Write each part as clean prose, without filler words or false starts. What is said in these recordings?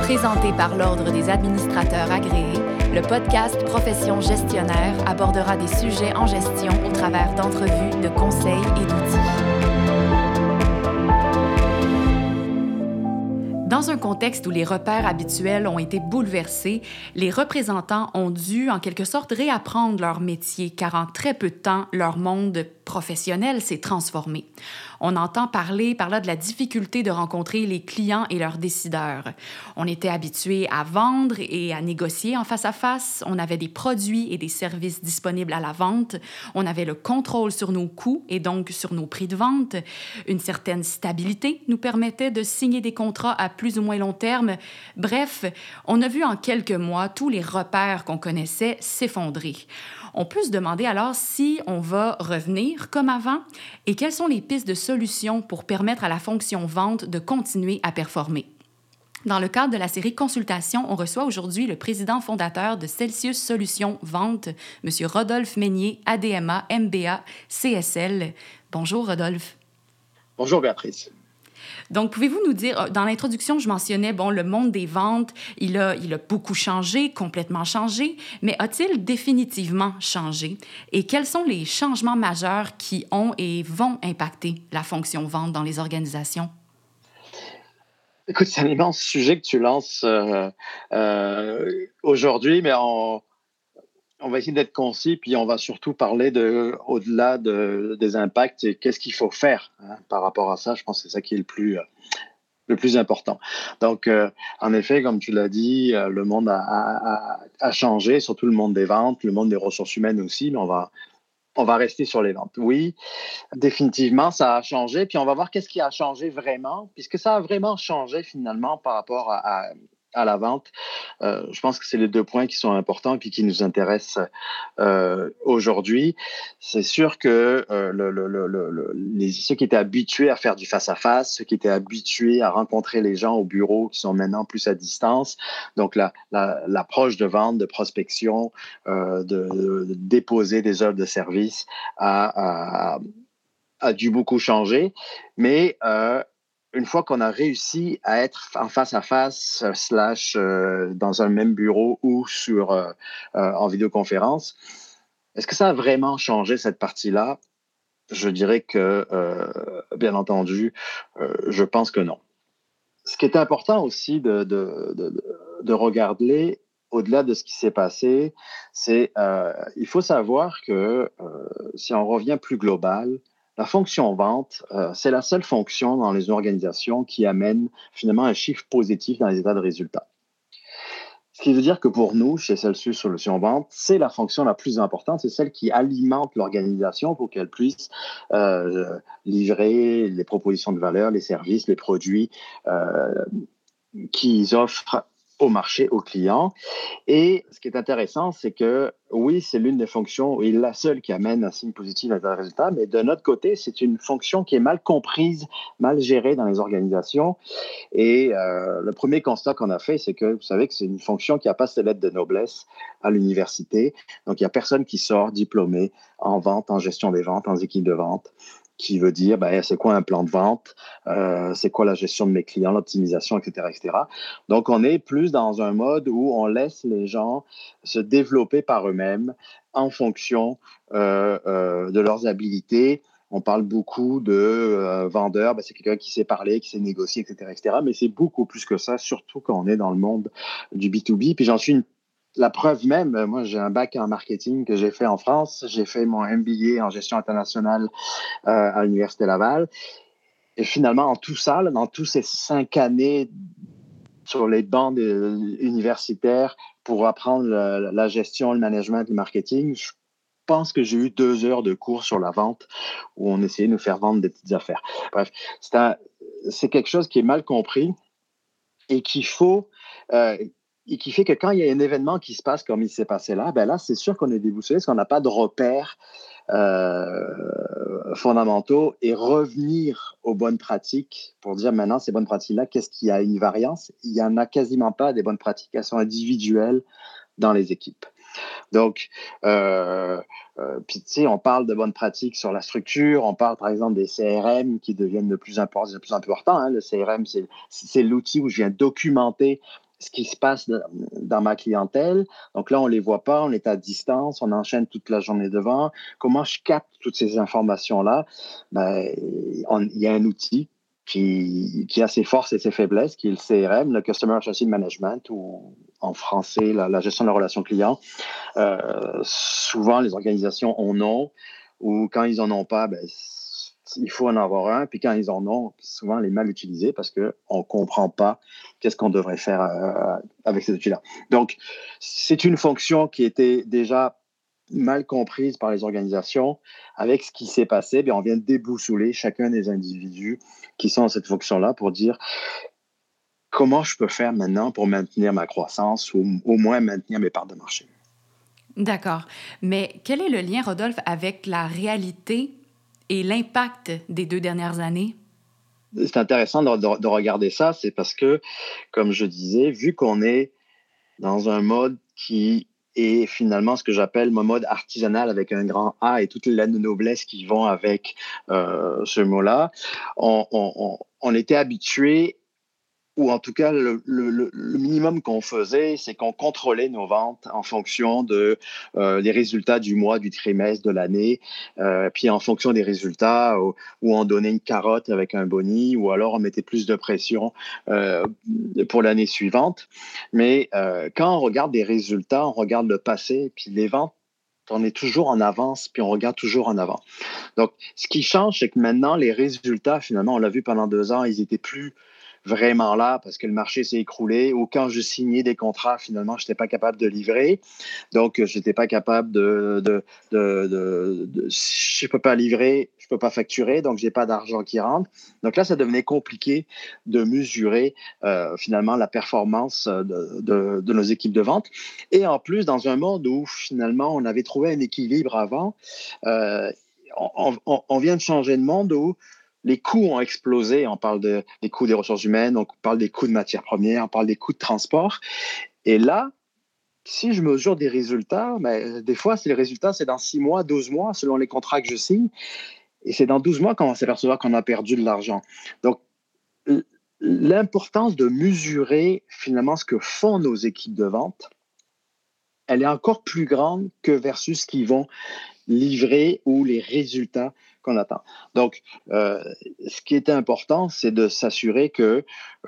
Présenté par l'Ordre des administrateurs agréés, le podcast Profession gestionnaire abordera des sujets en gestion au travers d'entrevues, de conseils et d'outils. Dans un contexte où les repères habituels ont été bouleversés, les représentants ont dû, en quelque sorte, réapprendre leur métier, car en très peu de temps, leur monde professionnel s'est transformé. On entend parler par là de la difficulté de rencontrer les clients et leurs décideurs. On était habitué à vendre et à négocier en face à face. On avait des produits et des services disponibles à la vente. On avait le contrôle sur nos coûts et donc sur nos prix de vente. Une certaine stabilité nous permettait de signer des contrats à plus ou moins long terme. Bref, on a vu en quelques mois tous les repères qu'on connaissait s'effondrer. On peut se demander alors si on va revenir comme avant et quelles sont les pistes de solutions pour permettre à la fonction vente de continuer à performer. Dans le cadre de la série Consultation, on reçoit aujourd'hui le président fondateur de Celsius Solutions Vente, M. Rodolphe Meignier, ADMA, MBA, CSL. Bonjour Rodolphe. Bonjour Béatrice. Donc, pouvez-vous nous dire, dans l'introduction, je mentionnais, le monde des ventes, il a beaucoup changé, complètement changé, mais a-t-il définitivement changé? Et quels sont les changements majeurs qui ont et vont impacter la fonction vente dans les organisations? Écoute, c'est un immense sujet que tu lances aujourd'hui, mais on va essayer d'être concis, puis on va surtout parler au-delà des impacts et qu'est-ce qu'il faut faire par rapport à ça. Je pense que c'est ça qui est le plus important. Donc, en effet, comme tu l'as dit, le monde a changé, surtout le monde des ventes, le monde des ressources humaines aussi, mais on va rester sur les ventes. Oui, définitivement, ça a changé, puis on va voir qu'est-ce qui a changé vraiment, puisque ça a vraiment changé finalement par rapport à la vente. Je pense que c'est les deux points qui sont importants et puis qui nous intéressent aujourd'hui. C'est sûr que ceux qui étaient habitués à faire du face-à-face, ceux qui étaient habitués à rencontrer les gens au bureau, qui sont maintenant plus à distance, donc l'approche de vente, de prospection, de déposer des offres de service a dû beaucoup changer, mais une fois qu'on a réussi à être en face à face / dans un même bureau ou en vidéoconférence, est-ce que ça a vraiment changé cette partie-là? Je dirais que, bien entendu, je pense que non. Ce qui est important aussi de regarder au-delà de ce qui s'est passé, c'est il faut savoir que si on revient plus global, la fonction vente, c'est la seule fonction dans les organisations qui amène finalement un chiffre positif dans les états de résultat. Ce qui veut dire que pour nous, chez Celsius Solutions Vente, c'est la fonction la plus importante, c'est celle qui alimente l'organisation pour qu'elle puisse livrer les propositions de valeur, les services, les produits qu'ils offrent au marché, aux clients. Et ce qui est intéressant, c'est que oui, c'est l'une des fonctions et la seule qui amène un signe positif à un résultat, mais de notre côté, c'est une fonction qui est mal comprise, mal gérée dans les organisations. Et le premier constat qu'on a fait, c'est que vous savez que c'est une fonction qui n'a pas ses lettres de noblesse à l'université. Donc, il n'y a personne qui sort diplômé en vente, en gestion des ventes, en équipe de vente, qui veut dire, c'est quoi un plan de vente, c'est quoi la gestion de mes clients, l'optimisation, etc., etc. Donc, on est plus dans un mode où on laisse les gens se développer par eux-mêmes en fonction de leurs habilités. On parle beaucoup de vendeur, c'est quelqu'un qui sait parler, qui sait négocier, etc., etc. Mais c'est beaucoup plus que ça, surtout quand on est dans le monde du B2B. Puis j'en suis la preuve même, moi j'ai un bac en marketing que j'ai fait en France, j'ai fait mon MBA en gestion internationale à l'Université Laval. Et finalement, en tout ça, dans tous ces 5 années sur les bancs universitaires pour apprendre la gestion, le management, le marketing, je pense que j'ai eu 2 heures de cours sur la vente où on essayait de nous faire vendre des petites affaires. Bref, c'est quelque chose qui est mal compris et qu'il faut... et qui fait que quand il y a un événement qui se passe comme il s'est passé là, là, c'est sûr qu'on est déboussolé parce qu'on n'a pas de repères fondamentaux et revenir aux bonnes pratiques pour dire maintenant ces bonnes pratiques-là, qu'est-ce qu'il y a une variance? Il n'y en a quasiment pas des bonnes pratiques, elles sont individuelles dans les équipes. Donc, puis tu sais, on parle de bonnes pratiques sur la structure, on parle par exemple des CRM qui deviennent de plus en plus importants. Le CRM, c'est l'outil où je viens documenter ce qui se passe dans ma clientèle. Donc là, on ne les voit pas, on est à distance, on enchaîne toute la journée devant. Comment je capte toutes ces informations-là? Ben, il y a un outil qui a ses forces et ses faiblesses, qui est le CRM, le Customer Relationship Management, ou en français, la gestion de la relation client. Souvent, les organisations en ont, ou quand ils n'en ont pas, ben, il faut en avoir un. Puis quand ils en ont, souvent, les mal utilisés parce qu'on ne comprend pas qu'est-ce qu'on devrait faire avec ces outils-là. Donc, c'est une fonction qui était déjà mal comprise par les organisations. Avec ce qui s'est passé, bien, on vient de déboussoler chacun des individus qui sont dans cette fonction-là pour dire comment je peux faire maintenant pour maintenir ma croissance ou au moins maintenir mes parts de marché. D'accord. Mais quel est le lien, Rodolphe, avec la réalité et l'impact des 2 dernières années? C'est intéressant de regarder ça, c'est parce que, comme je disais, vu qu'on est dans un mode qui est finalement ce que j'appelle mon mode artisanal avec un grand A et toutes les lettres de noblesse qui vont avec ce mot-là, on était habitué, ou en tout cas, le minimum qu'on faisait, c'est qu'on contrôlait nos ventes en fonction des résultats du mois, du trimestre, de l'année, puis en fonction des résultats, où on donnait une carotte avec un boni, ou alors on mettait plus de pression pour l'année suivante. Mais quand on regarde des résultats, on regarde le passé, puis les ventes, on est toujours en avance, puis on regarde toujours en avant. Donc, ce qui change, c'est que maintenant, les résultats, finalement, on l'a vu pendant 2 ans, ils étaient plus vraiment là parce que le marché s'est écroulé, ou quand je signais des contrats, finalement, je n'étais pas capable de livrer. Donc, je n'étais pas capable si je ne peux pas livrer, je ne peux pas facturer, donc je n'ai pas d'argent qui rentre. Donc là, ça devenait compliqué de mesurer finalement la performance de nos équipes de vente. Et en plus, dans un monde où finalement, on avait trouvé un équilibre avant, on vient de changer de monde où les coûts ont explosé. On parle des coûts des ressources humaines, on parle des coûts de matières premières, on parle des coûts de transport. Et là, si je mesure des résultats, ben, des fois, les résultats, c'est dans 6 mois, 12 mois, selon les contrats que je signe. Et c'est dans 12 mois qu'on va s'apercevoir qu'on a perdu de l'argent. Donc, l'importance de mesurer finalement ce que font nos équipes de vente, elle est encore plus grande que versus ce qu'ils vont livrer ou les résultats qu'on attend. Donc, ce qui est important, c'est de s'assurer que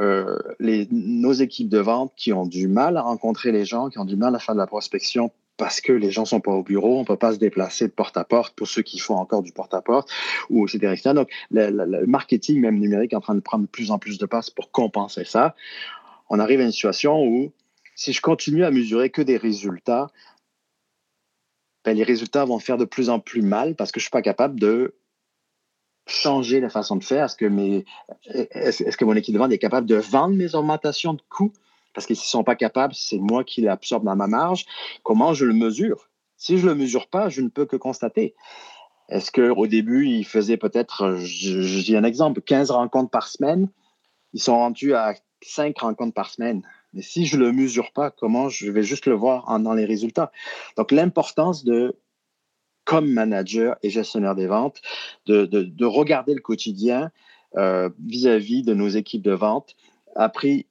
nos équipes de vente qui ont du mal à rencontrer les gens, qui ont du mal à faire de la prospection parce que les gens ne sont pas au bureau, on ne peut pas se déplacer de porte-à-porte pour ceux qui font encore du porte-à-porte, ou etc. etc. Donc, le marketing même numérique est en train de prendre de plus en plus de place pour compenser ça. On arrive à une situation où si je continue à mesurer que des résultats, ben, les résultats vont faire de plus en plus mal parce que je ne suis pas capable de changer la façon de faire. Est-ce que mon équipe de vente est capable de vendre mes augmentations de coûts? Parce que s'ils ne sont pas capables, c'est moi qui l'absorbe dans ma marge. Comment je le mesure? Si je ne le mesure pas, je ne peux que constater. Est-ce qu'au début, ils faisaient peut-être, je dis un exemple, 15 rencontres par semaine? Ils sont rendus à 5 rencontres par semaine. Mais si je ne le mesure pas, comment je vais juste le voir dans les résultats? Donc, l'importance comme manager et gestionnaire des ventes, de regarder le quotidien vis-à-vis de nos équipes de vente a pris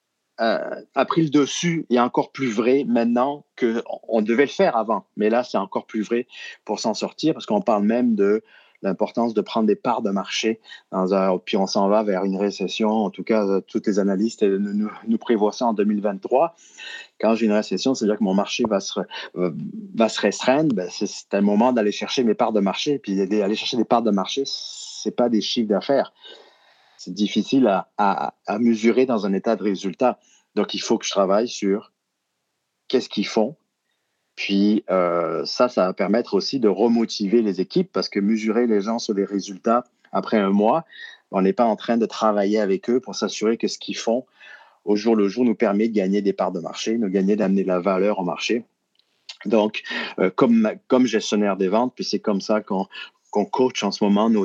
le dessus et encore plus vrai maintenant qu'on devait le faire avant. Mais là, c'est encore plus vrai pour s'en sortir parce qu'on parle même de l'importance de prendre des parts de marché puis on s'en va vers une récession. En tout cas, toutes les analystes nous prévoient ça en 2023. Quand j'ai une récession, c'est-à-dire que mon marché va se restreindre, ben c'est un moment d'aller chercher mes parts de marché. Puis aller chercher des parts de marché, ce n'est pas des chiffres d'affaires. C'est difficile à mesurer dans un état de résultat. Donc, il faut que je travaille sur qu'est-ce qu'ils font. Puis, ça va permettre aussi de remotiver les équipes parce que mesurer les gens sur les résultats après un mois, on n'est pas en train de travailler avec eux pour s'assurer que ce qu'ils font au jour le jour nous permet de gagner des parts de marché, d'amener de la valeur au marché. Donc, comme gestionnaire des ventes, puis c'est comme ça qu'on coach en ce moment nos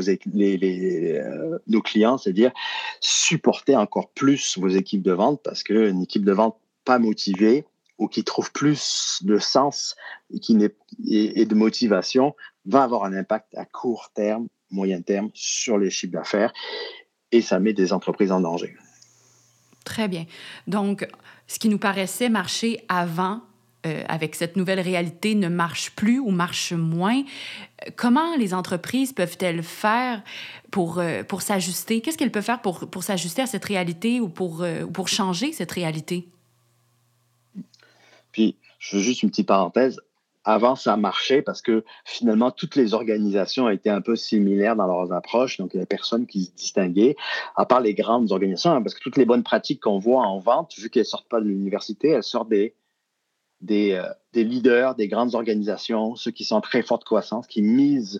clients, c'est-à-dire supporter encore plus vos équipes de vente parce qu'une équipe de vente pas motivée ou qui trouve plus de sens et de motivation va avoir un impact à court terme, moyen terme sur les chiffres d'affaires et ça met des entreprises en danger. Très bien. Donc, ce qui nous paraissait marcher avant, avec cette nouvelle réalité, ne marche plus ou marche moins. Comment les entreprises peuvent-elles faire pour s'ajuster? Qu'est-ce qu'elles peuvent faire pour s'ajuster à cette réalité ou pour changer cette réalité? Puis, je veux juste une petite parenthèse. Avant, ça marchait parce que finalement, toutes les organisations étaient un peu similaires dans leurs approches. Donc, il n'y avait personne qui se distinguait, à part les grandes organisations, hein, parce que toutes les bonnes pratiques qu'on voit en vente, vu qu'elles ne sortent pas de l'université, elles sortent des leaders, des grandes organisations, ceux qui sont en très forte croissance, qui misent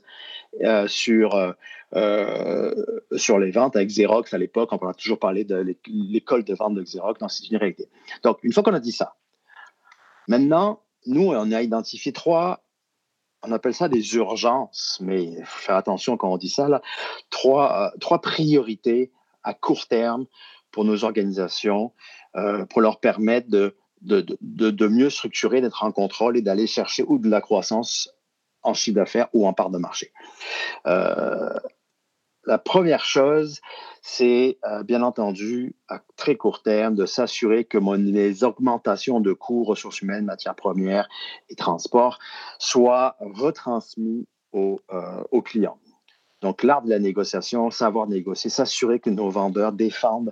sur les ventes. Avec Xerox à l'époque, on a toujours parlé de l'école de vente de Xerox. Donc, c'est une réalité. Donc, une fois qu'on a dit ça, maintenant, nous, on a identifié on appelle ça des urgences, mais il faut faire attention quand on dit ça, là, trois priorités à court terme pour nos organisations, pour leur permettre de mieux structurer, d'être en contrôle et d'aller chercher ou de la croissance en chiffre d'affaires ou en part de marché. Euh, la première chose, c'est bien entendu, à très court terme, de s'assurer que les augmentations de coûts, ressources humaines, matières premières et transports soient retransmis aux clients. Donc, l'art de la négociation, savoir négocier, s'assurer que nos vendeurs défendent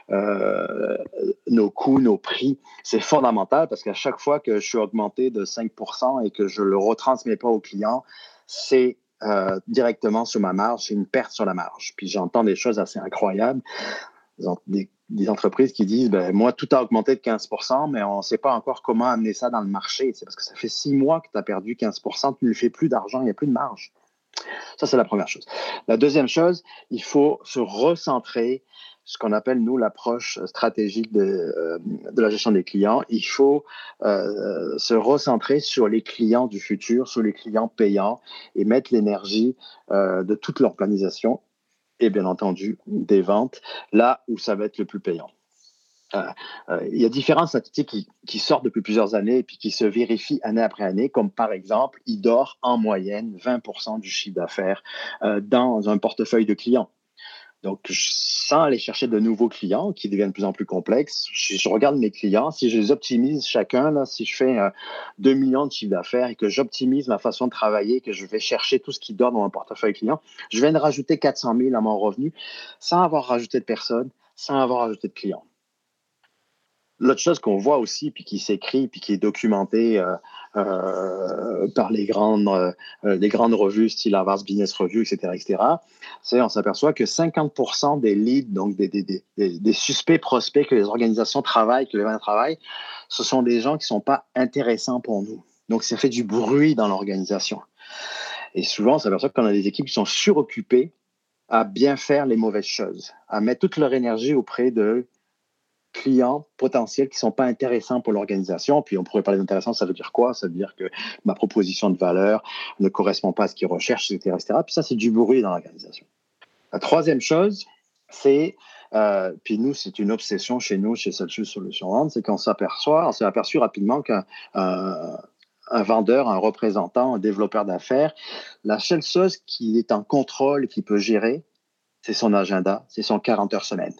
nos coûts, nos prix, c'est fondamental parce qu'à chaque fois que je suis augmenté de 5% et que je ne le retransmets pas aux clients, c'est directement sur ma marge, c'est une perte sur la marge. Puis j'entends des choses assez incroyables, des entreprises qui disent, ben, moi, tout a augmenté de 15%, mais on ne sait pas encore comment amener ça dans le marché. C'est parce que ça fait 6 mois que tu as perdu 15%, tu ne fais plus d'argent, il n'y a plus de marge. Ça, c'est la première chose. La deuxième chose, il faut se recentrer, ce qu'on appelle, nous, l'approche stratégique de la gestion des clients. Il faut se recentrer sur les clients du futur, sur les clients payants et mettre l'énergie de toute l'organisation et bien entendu des ventes là où ça va être le plus payant. Il y a différentes statistiques qui sortent depuis plusieurs années et puis qui se vérifient année après année, comme par exemple, il dort en moyenne 20% du chiffre d'affaires dans un portefeuille de clients. Donc, sans aller chercher de nouveaux clients qui deviennent de plus en plus complexes, je regarde mes clients, si je les optimise chacun, là, si je fais 2 millions de chiffre d'affaires et que j'optimise ma façon de travailler, que je vais chercher tout ce qui dort dans mon portefeuille client, je viens de rajouter 400 000 à mon revenu sans avoir rajouté de personnes, sans avoir rajouté de clients. L'autre chose qu'on voit aussi, puis qui s'écrit, puis qui est documenté par les grandes revues, style Harvard Business Review, etc., c'est on s'aperçoit que 50% des leads, donc des suspects prospects que les organisations travaillent, que les ventes travaillent, ce sont des gens qui ne sont pas intéressants pour nous. Donc, ça fait du bruit dans l'organisation. Et souvent, on s'aperçoit qu'on a des équipes qui sont suroccupées à bien faire les mauvaises choses, à mettre toute leur énergie auprès de clients potentiels qui ne sont pas intéressants pour l'organisation. Puis on pourrait parler d'intéressant, ça veut dire quoi? Ça veut dire que ma proposition de valeur ne correspond pas à ce qu'ils recherchent, etc., etc. Puis ça, c'est du bruit dans l'organisation. La troisième chose, c'est, puis nous, c'est une obsession chez nous, chez Celsius Solutions Vente, c'est qu'on s'est aperçu rapidement qu'un vendeur, un représentant, un développeur d'affaires, la seule chose qui est en contrôle et qui peut gérer, c'est son agenda, c'est son 40 heures semaine.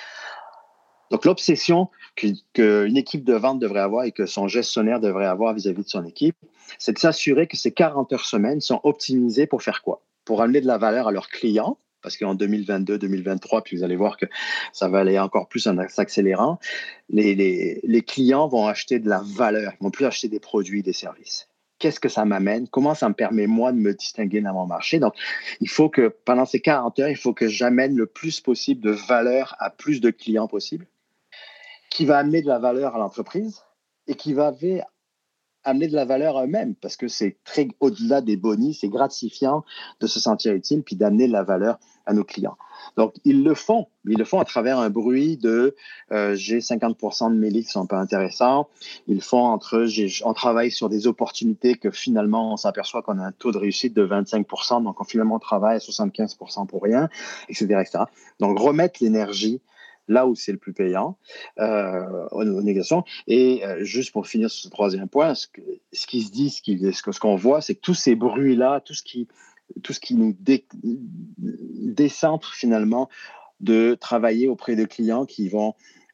Donc, l'obsession qu'une équipe de vente devrait avoir et que son gestionnaire devrait avoir vis-à-vis de son équipe, c'est de s'assurer que ces 40 heures semaine sont optimisées pour faire quoi? Pour amener de la valeur à leurs clients, parce qu'en 2022, 2023, puis vous allez voir que ça va aller encore plus en s'accélérant, les clients vont acheter de la valeur, ils ne vont plus acheter des produits, des services. Qu'est-ce que ça m'amène? Comment ça me permet, moi, de me distinguer dans mon marché? Donc, il faut que, pendant ces 40 heures, il faut que j'amène le plus possible de valeur à plus de clients possible, qui va amener de la valeur à l'entreprise et qui va amener de la valeur à eux-mêmes parce que c'est très au-delà des bonus, c'est gratifiant de se sentir utile puis d'amener de la valeur à nos clients. Donc, ils le font à travers un bruit de j'ai 50% de mes leads qui sont pas intéressants. Ils le font on travaille sur des opportunités que finalement, on s'aperçoit qu'on a un taux de réussite de 25%, donc finalement, on travaille à 75% pour rien, etc., etc. Donc, remettre l'énergie là où c'est le plus payant aux négociations. Et juste pour finir sur ce troisième point, ce qui se dit, ce qu'on voit, c'est que tous ces bruits-là, tout ce qui nous décentre finalement de travailler auprès de clients qui vont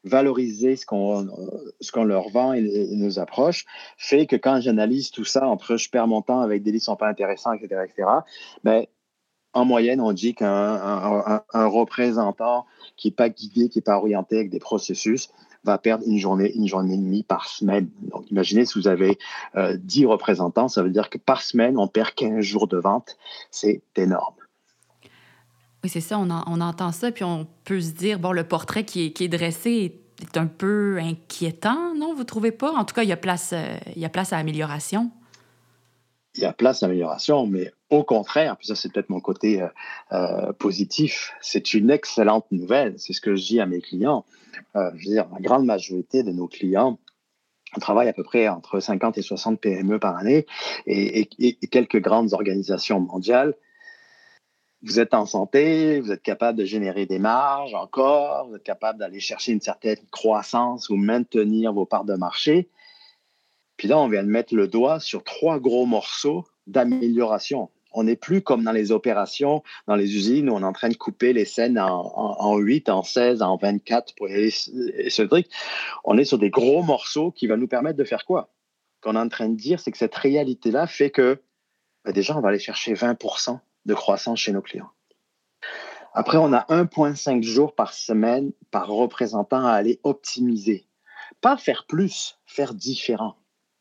valoriser ce qu'on leur vend et nos approches, fait que quand j'analyse tout ça, entre je perds mon temps avec des livres qui ne sont pas intéressants, etc., ben, en moyenne, on dit qu'un représentant qui n'est pas guidé, qui n'est pas orienté avec des processus, va perdre une journée et demie par semaine. Donc, imaginez si vous avez 10 représentants, ça veut dire que par semaine, on perd 15 jours de vente. C'est énorme. Oui, c'est ça, on entend ça, puis on peut se dire, bon, le portrait qui est dressé est un peu inquiétant, non? Vous trouvez pas? En tout cas, il y a place à amélioration. Il y a place à amélioration, mais au contraire, puis ça, c'est peut-être mon côté positif, c'est une excellente nouvelle. C'est ce que je dis à mes clients. Je veux dire, la grande majorité de nos clients, on travaille à peu près entre 50 et 60 PME par année et quelques grandes organisations mondiales. Vous êtes en santé, vous êtes capable de générer des marges encore, vous êtes capable d'aller chercher une certaine croissance ou maintenir vos parts de marché. Puis là, on vient de mettre le doigt sur 3 gros morceaux d'amélioration. On n'est plus comme dans les opérations, dans les usines, où on est en train de couper les scènes en 8, en 16, en 24 pour et ce truc. On est sur des gros morceaux qui vont nous permettre de faire quoi? Ce qu'on est en train de dire, c'est que cette réalité-là fait que déjà, on va aller chercher 20% de croissance chez nos clients. Après, on a 1,5 jours par semaine par représentant à aller optimiser. Pas faire plus, faire différent.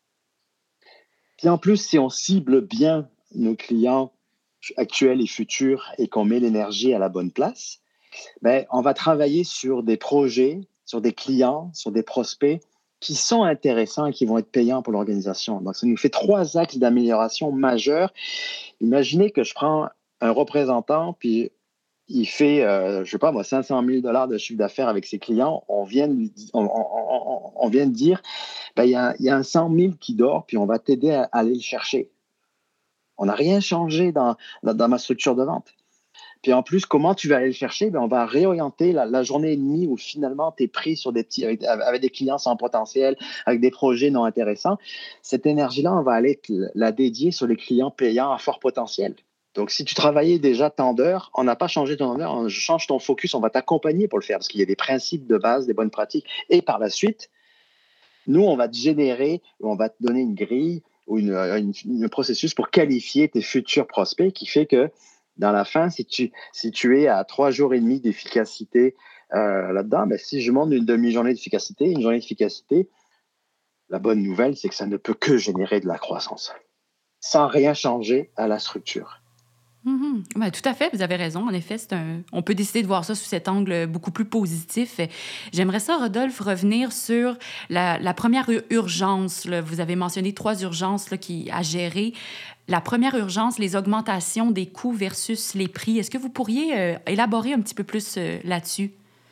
Puis en plus, si on cible bien nos clients actuels et futurs et qu'on met l'énergie à la bonne place, ben, on va travailler sur des projets, sur des clients, sur des prospects qui sont intéressants et qui vont être payants pour l'organisation. Donc, ça nous fait 3 axes d'amélioration majeurs. Imaginez que je prends un représentant, puis il fait, je ne sais pas moi, 500 000 $ de chiffre d'affaires avec ses clients. On vient de dire, ben, il y a un 100 000 qui dort, puis on va t'aider à aller le chercher. On n'a rien changé dans ma structure de vente. Puis en plus, comment tu vas aller le chercher? Ben, on va réorienter la journée et demie où finalement tu es pris sur avec des clients sans potentiel, avec des projets non intéressants. Cette énergie-là, on va aller la dédier sur les clients payants à fort potentiel. Donc, si tu travaillais déjà tant d'heures, on n'a pas changé ton heure, on change ton focus, on va t'accompagner pour le faire parce qu'il y a des principes de base, des bonnes pratiques. Et par la suite, nous, on va te générer, on va te donner une grille ou un processus pour qualifier tes futurs prospects qui fait que dans la fin, si tu es à 3 jours et demi d'efficacité là-dedans, ben, si je monte une demi-journée d'efficacité, une journée d'efficacité, la bonne nouvelle, c'est que ça ne peut que générer de la croissance sans rien changer à la structure. Ben, tout à fait, vous avez raison. En effet, on peut décider de voir ça sous cet angle beaucoup plus positif. J'aimerais ça, Rodolphe, revenir sur la première urgence. Là. Vous avez mentionné 3 urgences là, à gérer. La première urgence, les augmentations des coûts versus les prix. Est-ce que vous pourriez élaborer un petit peu plus là-dessus?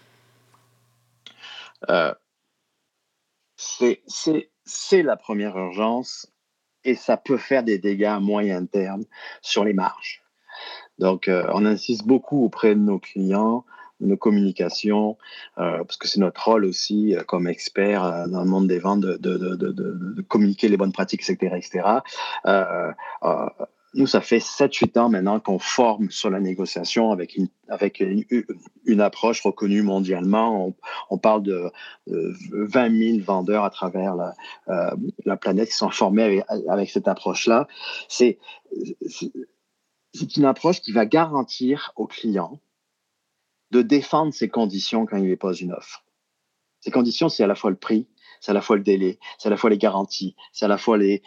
C'est la première urgence et ça peut faire des dégâts à moyen terme sur les marges. Donc, on insiste beaucoup auprès de nos clients, de nos communications, parce que c'est notre rôle aussi comme expert dans le monde des ventes de communiquer les bonnes pratiques, etc., etc. Nous, ça fait 7-8 ans maintenant qu'on forme sur la négociation avec une approche reconnue mondialement. On parle de 20 000 vendeurs à travers la planète qui sont formés avec cette approche-là. C'est une approche qui va garantir au client de défendre ses conditions quand il lui pose une offre. Ces conditions, c'est à la fois le prix, c'est à la fois le délai, c'est à la fois les garanties, c'est à la fois les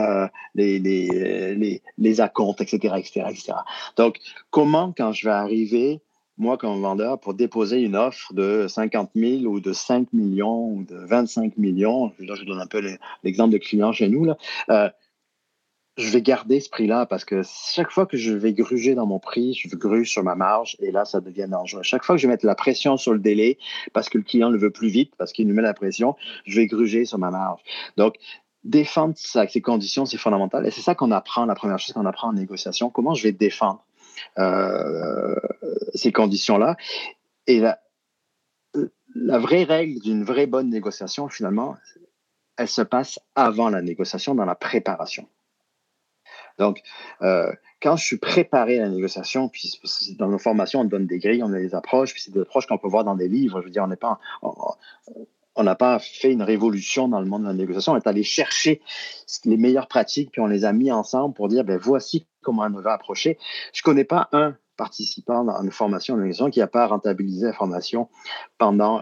acomptes, etc., etc., etc. Donc, comment, quand je vais arriver, moi, comme vendeur, pour déposer une offre de 50 000 ou de 5 millions ou de 25 millions, là, je donne un peu l'exemple de clients chez nous, là, je vais garder ce prix-là parce que chaque fois que je vais gruger dans mon prix, je gruge sur ma marge et là, ça devient dangereux. Chaque fois que je vais mettre la pression sur le délai parce que le client le veut plus vite, parce qu'il nous met la pression, je vais gruger sur ma marge. Donc, défendre ces conditions, c'est fondamental. Et c'est ça qu'on apprend, la première chose qu'on apprend en négociation, comment je vais défendre ces conditions-là. Et la vraie règle d'une vraie bonne négociation, finalement, elle se passe avant la négociation, dans la préparation. Donc, quand quand je suis préparé à la négociation, puis dans nos formations, on donne des grilles, on a des approches, puis c'est des approches qu'on peut voir dans des livres. Je veux dire, on n'a pas fait une révolution dans le monde de la négociation. On est allé chercher les meilleures pratiques, puis on les a mis ensemble pour dire, ben voici comment on va approcher. Je ne connais pas un participant dans une formation de négociation qui n'a pas rentabilisé la formation pendant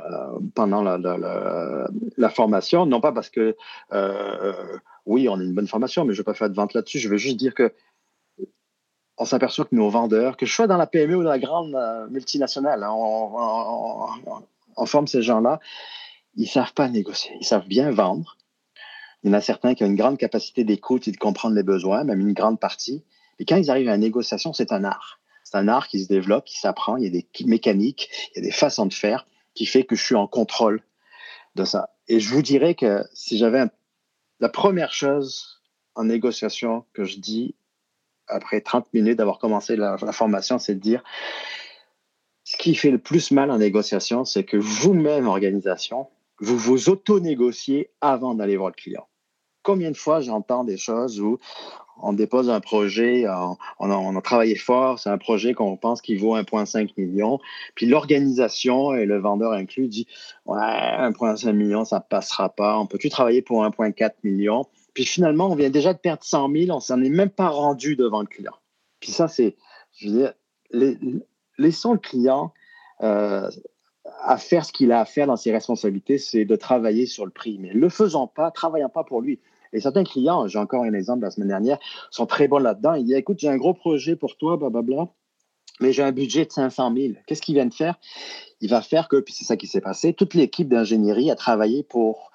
la formation. Non pas parce que, oui, on a une bonne formation, mais je ne veux pas faire de vente là-dessus. Je veux juste dire que on s'aperçoit que nos vendeurs, que je sois dans la PME ou dans la grande multinationale, hein, on forme ces gens-là, ils ne savent pas négocier. Ils savent bien vendre. Il y en a certains qui ont une grande capacité d'écoute et de comprendre les besoins, même une grande partie. Et quand ils arrivent à la négociation, c'est un art. C'est un art qui se développe, qui s'apprend. Il y a des mécaniques, il y a des façons de faire qui fait que je suis en contrôle de ça. Et je vous dirais que si j'avais la première chose en négociation que je dis après 30 minutes d'avoir commencé la formation, c'est de dire ce qui fait le plus mal en négociation, c'est que vous-même, organisation, vous vous auto-négociez avant d'aller voir le client. Combien de fois j'entends des choses où on dépose un projet, on a travaillé fort, c'est un projet qu'on pense qu'il vaut 1,5 million, puis l'organisation et le vendeur inclus dit « Ouais, 1,5 million, ça ne passera pas, on peut-tu travailler pour 1,4 million? » Puis finalement, on vient déjà de perdre 100 000, on ne s'en est même pas rendu devant le client. Puis ça, c'est, je veux dire, laissons le client à faire ce qu'il a à faire dans ses responsabilités, c'est de travailler sur le prix. Mais ne le faisons pas, travaillant pas pour lui. Et certains clients, j'ai encore un exemple la semaine dernière, sont très bons là-dedans. Il dit, écoute, j'ai un gros projet pour toi, blablabla, mais j'ai un budget de 500 000. Qu'est-ce qu'il vient de faire? Il va faire que, puis c'est ça qui s'est passé, toute l'équipe d'ingénierie a travaillé pour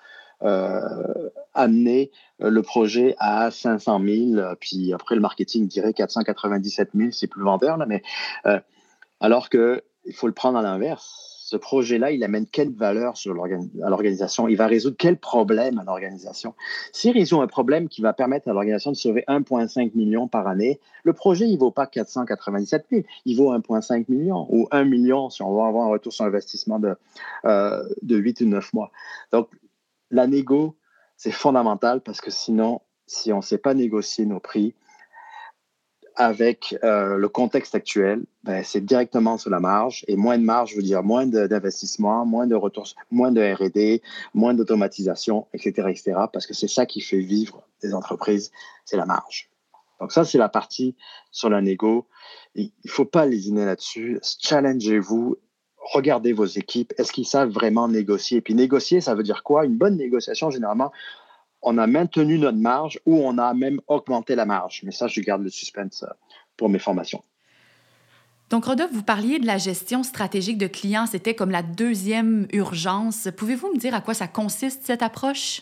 amener le projet à 500 000, puis après le marketing dirait 497 000, c'est plus vendeur, là, mais alors qu'il faut le prendre à l'inverse. Ce projet-là, il amène quelle valeur à l'organisation? Il va résoudre quel problème à l'organisation? S'il résout un problème qui va permettre à l'organisation de sauver 1,5 million par année, le projet, il ne vaut pas 497 000, il vaut 1,5 million ou 1 million si on va avoir un retour sur investissement de 8 ou 9 mois. Donc, la négo, c'est fondamental parce que sinon, si on ne sait pas négocier nos prix, avec le contexte actuel, ben, c'est directement sur la marge. Et moins de marge veut dire moins d'investissement, moins de ressources, moins de R&D, moins d'automatisation, etc., parce que c'est ça qui fait vivre les entreprises, c'est la marge. Donc ça, c'est la partie sur la négo. Il ne faut pas lésiner là-dessus. Challengez-vous. Regardez vos équipes. Est-ce qu'ils savent vraiment négocier? Et puis négocier, ça veut dire quoi? Une bonne négociation, généralement, on a maintenu notre marge ou on a même augmenté la marge. Mais ça, je garde le suspense pour mes formations. Donc, Rodolphe, vous parliez de la gestion stratégique de clients. C'était comme la deuxième urgence. Pouvez-vous me dire à quoi ça consiste, cette approche?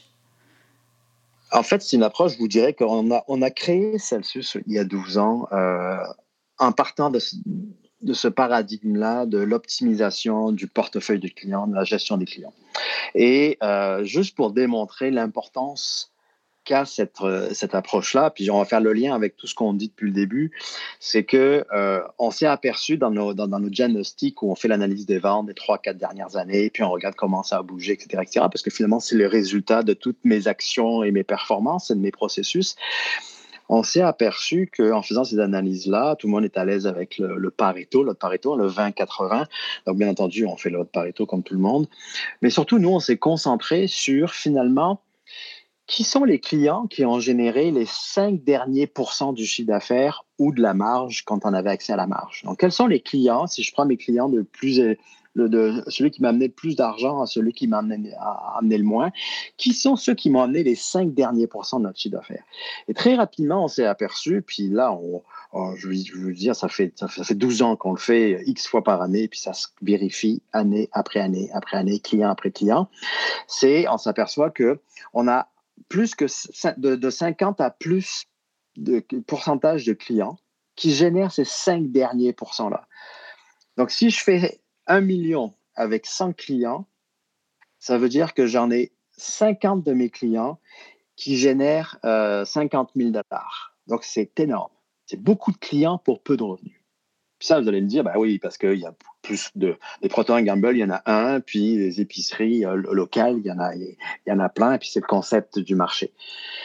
En fait, c'est une approche, je vous dirais qu'on a créé Celsius il y a 12 ans en partant de ce paradigme-là de l'optimisation du portefeuille de clients, de la gestion des clients. Et juste pour démontrer l'importance qu'a cette approche-là, puis on va faire le lien avec tout ce qu'on dit depuis le début, c'est que on s'est aperçu dans nos diagnostics où on fait l'analyse des ventes des 3-4 dernières années, puis on regarde comment ça a bougé, etc., parce que finalement, c'est le résultat de toutes mes actions et mes performances et de mes processus. On s'est aperçu qu'en faisant ces analyses-là, tout le monde est à l'aise avec le Pareto, le 20-80. Donc, bien entendu, on fait le Pareto comme tout le monde. Mais surtout, nous, on s'est concentré sur, finalement, qui sont les clients qui ont généré les 5 derniers pourcents du chiffre d'affaires ou de la marge quand on avait accès à la marge? Donc, quels sont les clients, si je prends mes clients de celui qui m'a amené le plus d'argent à celui qui m'a amené le moins, qui sont ceux qui m'ont amené les 5 derniers pourcents de notre chiffre d'affaires? Et très rapidement, on s'est aperçu, puis là, je veux dire, ça fait 12 ans qu'on le fait X fois par année, puis ça se vérifie année après année après année, client après client. On s'aperçoit qu'on a plus que de 50 à plus de pourcentage de clients qui génèrent ces 5 derniers pourcents-là. Donc, si je fais 1 million avec 100 clients, ça veut dire que j'en ai 50 de mes clients qui génèrent 50 000 $. Donc, c'est énorme. C'est beaucoup de clients pour peu de revenus. Puis ça, vous allez me dire, ben oui, parce qu'il y a plus des Procter & Gamble, il y en a un, puis les épiceries locales, il y en a plein, et puis c'est le concept du marché.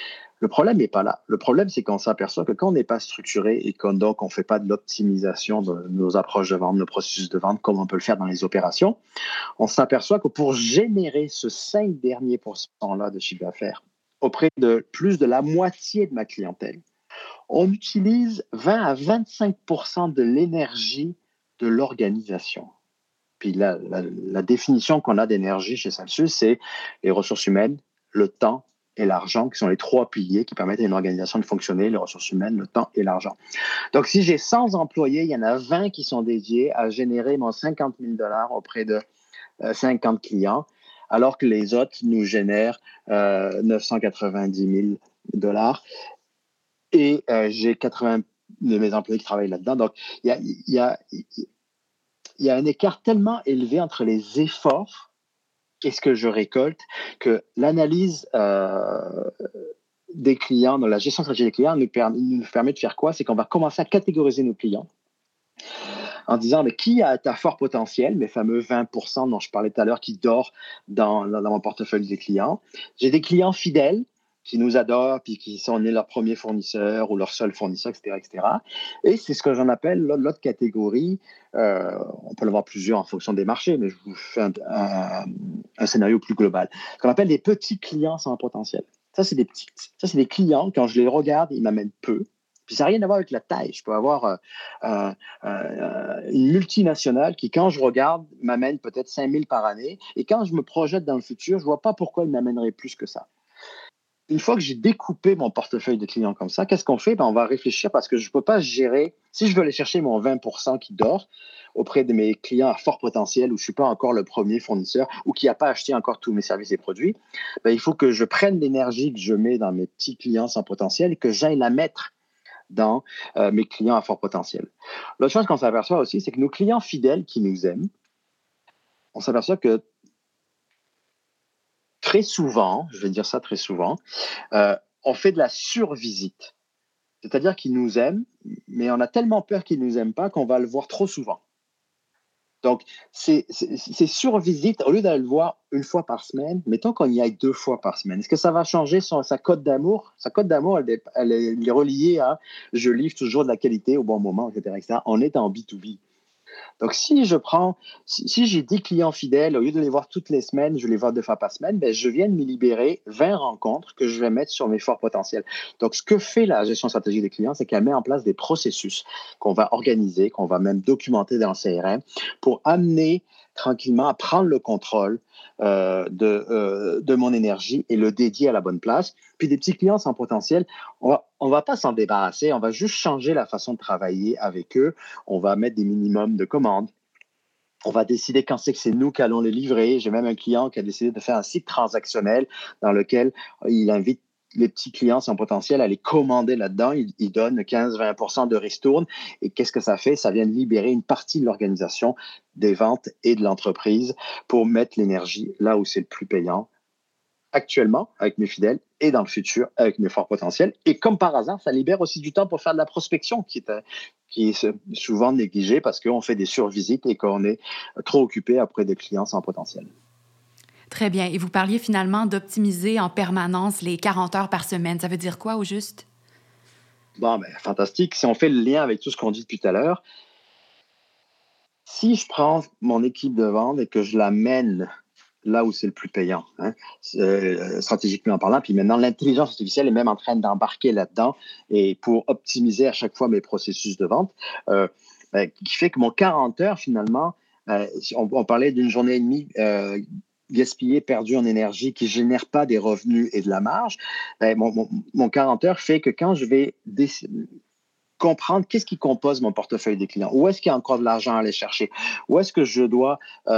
Le problème n'est pas là. Le problème, c'est qu'on s'aperçoit que quand on n'est pas structuré et qu'on donc on fait pas de l'optimisation de nos approches de vente, nos processus de vente, comme on peut le faire dans les opérations, on s'aperçoit que pour générer ce 5 derniers pourcents-là de chiffre d'affaires auprès de plus de la moitié de ma clientèle, on utilise 20 à 25 de l'énergie de l'organisation. Puis la définition qu'on a d'énergie chez Celsius, c'est les ressources humaines, le temps et l'argent, qui sont les 3 piliers qui permettent à une organisation de fonctionner, les ressources humaines, le temps et l'argent. Donc, si j'ai 100 employés, il y en a 20 qui sont dédiés à générer mon 50 000 auprès de 50 clients, alors que les autres nous génèrent 990 000 et j'ai 80 de mes employés qui travaillent là-dedans. Donc, il y a un écart tellement élevé entre les efforts et ce que je récolte que l'analyse des clients, dans la gestion stratégique des clients, nous permet de faire quoi? C'est qu'on va commencer à catégoriser nos clients en disant, mais qui a un fort potentiel, mes fameux 20% dont je parlais tout à l'heure, qui dort dans mon portefeuille des clients. J'ai des clients fidèles qui nous adorent, puis qui sont leur premier fournisseur ou leur seul fournisseur, etc., etc. Et c'est ce que j'en appelle l'autre catégorie. On peut en avoir plusieurs en fonction des marchés, mais je vous fais un scénario plus global. Ce qu'on appelle les petits clients sans potentiel. Ça, c'est des clients, quand je les regarde, ils m'amènent peu. Puis ça n'a rien à voir avec la taille. Je peux avoir une multinationale qui, quand je regarde, m'amène peut-être 5 000 par année. Et quand je me projette dans le futur, je ne vois pas pourquoi il m'amènerait plus que ça. Une fois que j'ai découpé mon portefeuille de clients comme ça, qu'est-ce qu'on fait? On va réfléchir parce que je ne peux pas gérer. Si je veux aller chercher mon 20% qui dort auprès de mes clients à fort potentiel où je ne suis pas encore le premier fournisseur ou qui n'a pas acheté encore tous mes services et produits, il faut que je prenne l'énergie que je mets dans mes petits clients sans potentiel et que j'aille la mettre dans mes clients à fort potentiel. L'autre chose qu'on s'aperçoit aussi, c'est que nos clients fidèles qui nous aiment, on s'aperçoit que très souvent, je vais dire ça très souvent, on fait de la survisite. C'est-à-dire qu'ils nous aiment, mais on a tellement peur qu'ils ne nous aiment pas qu'on va le voir trop souvent. Donc, c'est survisite, au lieu d'aller le voir une fois par semaine, mettons qu'on y aille 2 fois par semaine. Est-ce que ça va changer sa cote d'amour? Sa cote d'amour, elle est reliée à « je livre toujours de la qualité au bon moment », etc., etc. On est en B2B. Donc, si j'ai 10 clients fidèles, au lieu de les voir toutes les semaines, je les vois 2 fois par semaine, je viens de me libérer 20 rencontres que je vais mettre sur mes forts potentiels. Donc, ce que fait la gestion stratégique des clients, c'est qu'elle met en place des processus qu'on va organiser, qu'on va même documenter dans le CRM pour amener tranquillement à prendre le contrôle de mon énergie et le dédier à la bonne place. Puis des petits clients sans potentiel, on va pas s'en débarrasser, on va juste changer la façon de travailler avec eux. On va mettre des minimums de commandes. On va décider quand c'est que c'est nous qui allons les livrer. J'ai même un client qui a décidé de faire un site transactionnel dans lequel il invite les petits clients sans potentiel à les commander là-dedans. Il donne 15-20% de ristourne. Et qu'est-ce que ça fait? Ça vient de libérer une partie de l'organisation, des ventes et de l'entreprise pour mettre l'énergie là où c'est le plus payant, actuellement avec mes fidèles et dans le futur avec mes forts potentiels. Et comme par hasard, ça libère aussi du temps pour faire de la prospection qui est souvent négligée parce qu'on fait des survisites et qu'on est trop occupé auprès des clients sans potentiel. Très bien. Et vous parliez finalement d'optimiser en permanence les 40 heures par semaine. Ça veut dire quoi au juste? Bon, fantastique. Si on fait le lien avec tout ce qu'on dit depuis tout à l'heure, si je prends mon équipe de vente et que je la mène là où c'est le plus payant, stratégiquement parlant. Puis maintenant, l'intelligence artificielle est même en train d'embarquer là-dedans et pour optimiser à chaque fois mes processus de vente, qui fait que mon 40 heures, finalement, on parlait d'une journée et demie gaspillée, perdue en énergie, qui ne génère pas des revenus et de la marge. Mon 40 heures fait que quand je vais comprendre qu'est-ce qui compose mon portefeuille des clients. Où est-ce qu'il y a encore de l'argent à aller chercher? Où est-ce que je dois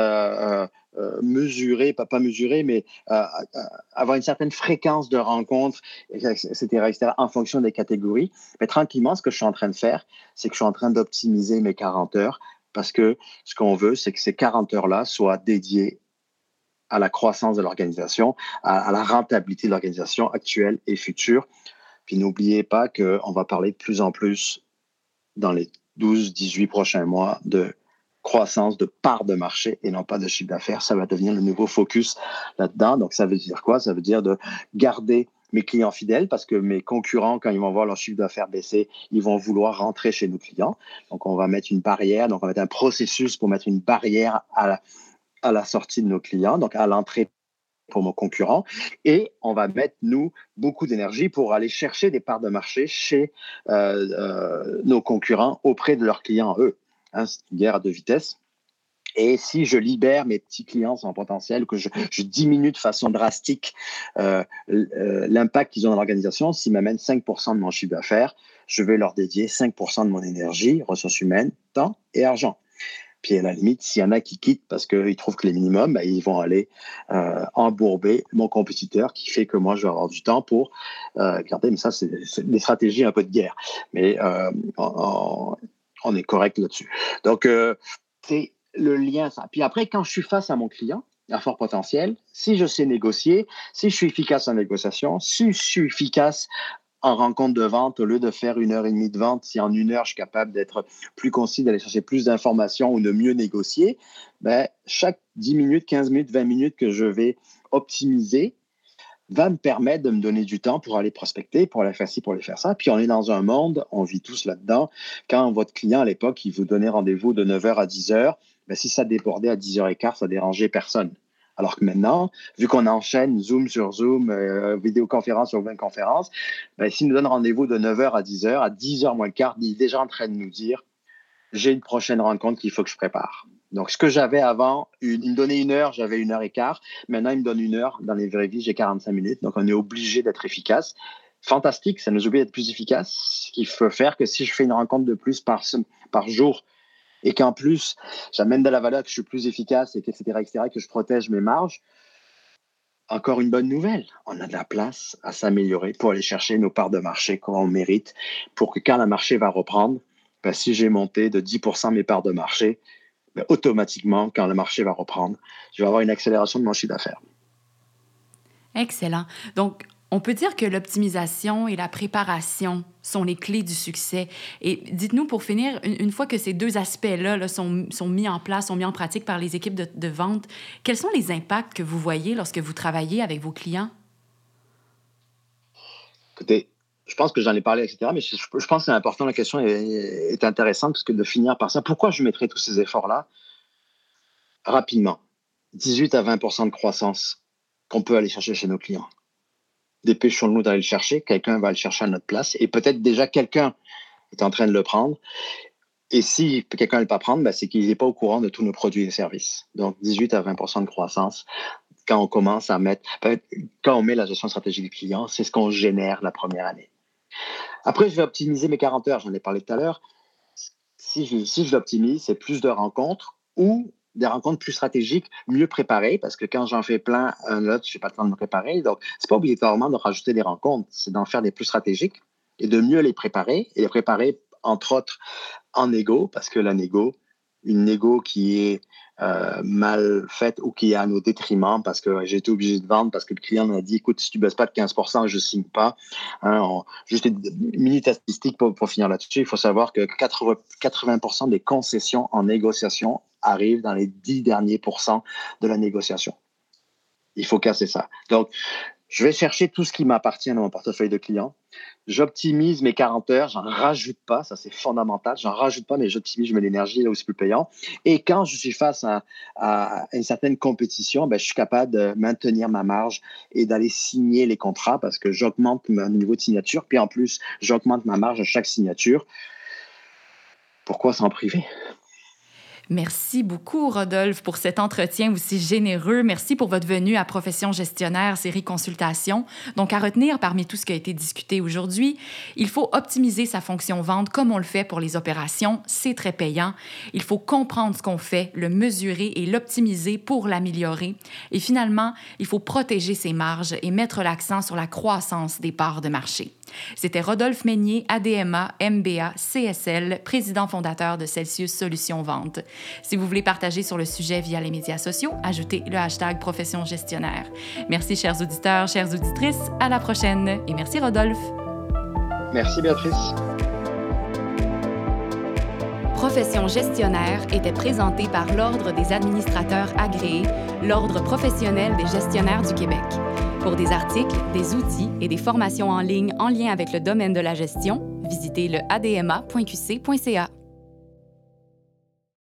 mesurer, pas mesurer, mais avoir une certaine fréquence de rencontres, etc., etc., en fonction des catégories. Mais tranquillement, ce que je suis en train de faire, c'est que je suis en train d'optimiser mes 40 heures parce que ce qu'on veut, c'est que ces 40 heures-là soient dédiées à la croissance de l'organisation, à la rentabilité de l'organisation actuelle et future. Puis n'oubliez pas qu'on va parler de plus en plus dans les 12-18 prochains mois de croissance de part de marché et non pas de chiffre d'affaires. Ça va devenir le nouveau focus là-dedans. Donc, ça veut dire quoi? Ça veut dire de garder mes clients fidèles parce que mes concurrents, quand ils vont voir leur chiffre d'affaires baisser, ils vont vouloir rentrer chez nos clients. Donc, on va mettre une barrière, donc on va mettre un processus pour mettre une barrière à la sortie de nos clients, donc à l'entrée pour nos concurrents. Et on va mettre, nous, beaucoup d'énergie pour aller chercher des parts de marché chez nos concurrents auprès de leurs clients, eux. Hein, c'est une guerre à deux vitesses. Et si je libère mes petits clients sans potentiel, que je diminue de façon drastique l'impact qu'ils ont dans l'organisation, s'ils m'amènent 5% de mon chiffre d'affaires, je vais leur dédier 5% de mon énergie, ressources humaines, temps et argent. Puis à la limite, s'il y en a qui quittent parce qu'ils trouvent que les minimums, ils vont aller embourber mon compétiteur qui fait que moi, je vais avoir du temps pour garder. Mais ça, c'est des stratégies un peu de guerre. Mais on est correct là-dessus. Donc, c'est le lien. Ça. Puis après, quand je suis face à mon client à fort potentiel, si je sais négocier, si je suis efficace en négociation, si je suis efficace en rencontre de vente, au lieu de faire 1h30 de vente, si en 1 heure, je suis capable d'être plus concis, d'aller chercher plus d'informations ou de mieux négocier, chaque 10 minutes, 15 minutes, 20 minutes que je vais optimiser va me permettre de me donner du temps pour aller prospecter, pour aller faire ci, pour aller faire ça. Puis on est dans un monde, on vit tous là-dedans. Quand votre client, à l'époque, il vous donnait rendez-vous de 9h à 10h, si ça débordait à 10h15, ça dérangeait personne. Alors que maintenant, vu qu'on enchaîne Zoom sur Zoom, vidéoconférence sur vidéoconférence, s'il nous donne rendez-vous de 9h à 10h, à 10h moins le quart, il est déjà en train de nous dire « j'ai une prochaine rencontre qu'il faut que je prépare ». Donc, ce que j'avais avant, il me donnait 1 heure, j'avais 1h15. Maintenant, il me donne 1 heure. Dans les vraies vies, j'ai 45 minutes. Donc, on est obligé d'être efficace. Fantastique, ça nous oblige d'être plus efficace. Ce qui peut faire que si je fais une rencontre de plus par jour, et qu'en plus, j'amène de la valeur, que je suis plus efficace, etc., que je protège mes marges, encore une bonne nouvelle. On a de la place à s'améliorer pour aller chercher nos parts de marché qu'on mérite, pour que quand le marché va reprendre, si j'ai monté de 10% mes parts de marché, automatiquement, quand le marché va reprendre, je vais avoir une accélération de mon chiffre d'affaires. Excellent. Donc, on peut dire que l'optimisation et la préparation sont les clés du succès. Et dites-nous, pour finir, une fois que ces deux aspects-là sont mis en place, sont mis en pratique par les équipes de vente, quels sont les impacts que vous voyez lorsque vous travaillez avec vos clients? Écoutez, je pense que j'en ai parlé, etc., mais je pense que c'est important, la question est intéressante, parce que de finir par ça, pourquoi je mettrais tous ces efforts-là rapidement? 18 à 20% de croissance qu'on peut aller chercher chez nos clients. Dépêchons-nous d'aller le chercher, quelqu'un va le chercher à notre place, et peut-être déjà quelqu'un est en train de le prendre. Et si quelqu'un ne veut pas prendre, c'est qu'il n'est pas au courant de tous nos produits et services. Donc, 18 à 20% de croissance, quand on commence à mettre, quand on met la gestion stratégique du client, c'est ce qu'on génère la première année. Après, je vais optimiser mes 40 heures, j'en ai parlé tout à l'heure. Si je l'optimise, c'est plus de rencontres ou des rencontres plus stratégiques, mieux préparées, parce que quand j'en fais plein, un autre, je n'ai pas le temps de me préparer. Donc, ce n'est pas obligatoirement de rajouter des rencontres, c'est d'en faire des plus stratégiques et de mieux les préparer, et les préparer, entre autres, en négo, parce que une négo qui est mal faite ou qui est à nos détriments, parce que j'ai été obligé de vendre, parce que le client m'a dit, écoute, si tu ne baisses pas de 15%, je ne signe pas. Juste une mini statistique pour finir là-dessus, il faut savoir que 80% des concessions en négociation arrivent dans les 10 derniers pourcents de la négociation. Il faut casser ça. Donc, je vais chercher tout ce qui m'appartient dans mon portefeuille de clients. J'optimise mes 40 heures, j'en rajoute pas, ça c'est fondamental. J'en rajoute pas, mais j'optimise, je mets l'énergie là où c'est plus payant. Et quand je suis face à une certaine compétition, je suis capable de maintenir ma marge et d'aller signer les contrats parce que j'augmente mon niveau de signature. Puis en plus, j'augmente ma marge à chaque signature. Pourquoi s'en priver? Merci beaucoup, Rodolphe, pour cet entretien aussi généreux. Merci pour votre venue à Profession Gestionnaire, série Consultation. Donc, à retenir parmi tout ce qui a été discuté aujourd'hui, il faut optimiser sa fonction vente comme on le fait pour les opérations. C'est très payant. Il faut comprendre ce qu'on fait, le mesurer et l'optimiser pour l'améliorer. Et finalement, il faut protéger ses marges et mettre l'accent sur la croissance des parts de marché. C'était Rodolphe Meignier, ADMA, MBA, CSL, président fondateur de Celsius Solutions Vente. Si vous voulez partager sur le sujet via les médias sociaux, ajoutez le hashtag Profession Gestionnaire. Merci, chers auditeurs, chères auditrices. À la prochaine. Et merci, Rodolphe. Merci, Béatrice. Profession Gestionnaire était présentée par l'Ordre des administrateurs agréés, l'Ordre professionnel des gestionnaires du Québec. Pour des articles, des outils et des formations en ligne en lien avec le domaine de la gestion, visitez le adma.qc.ca.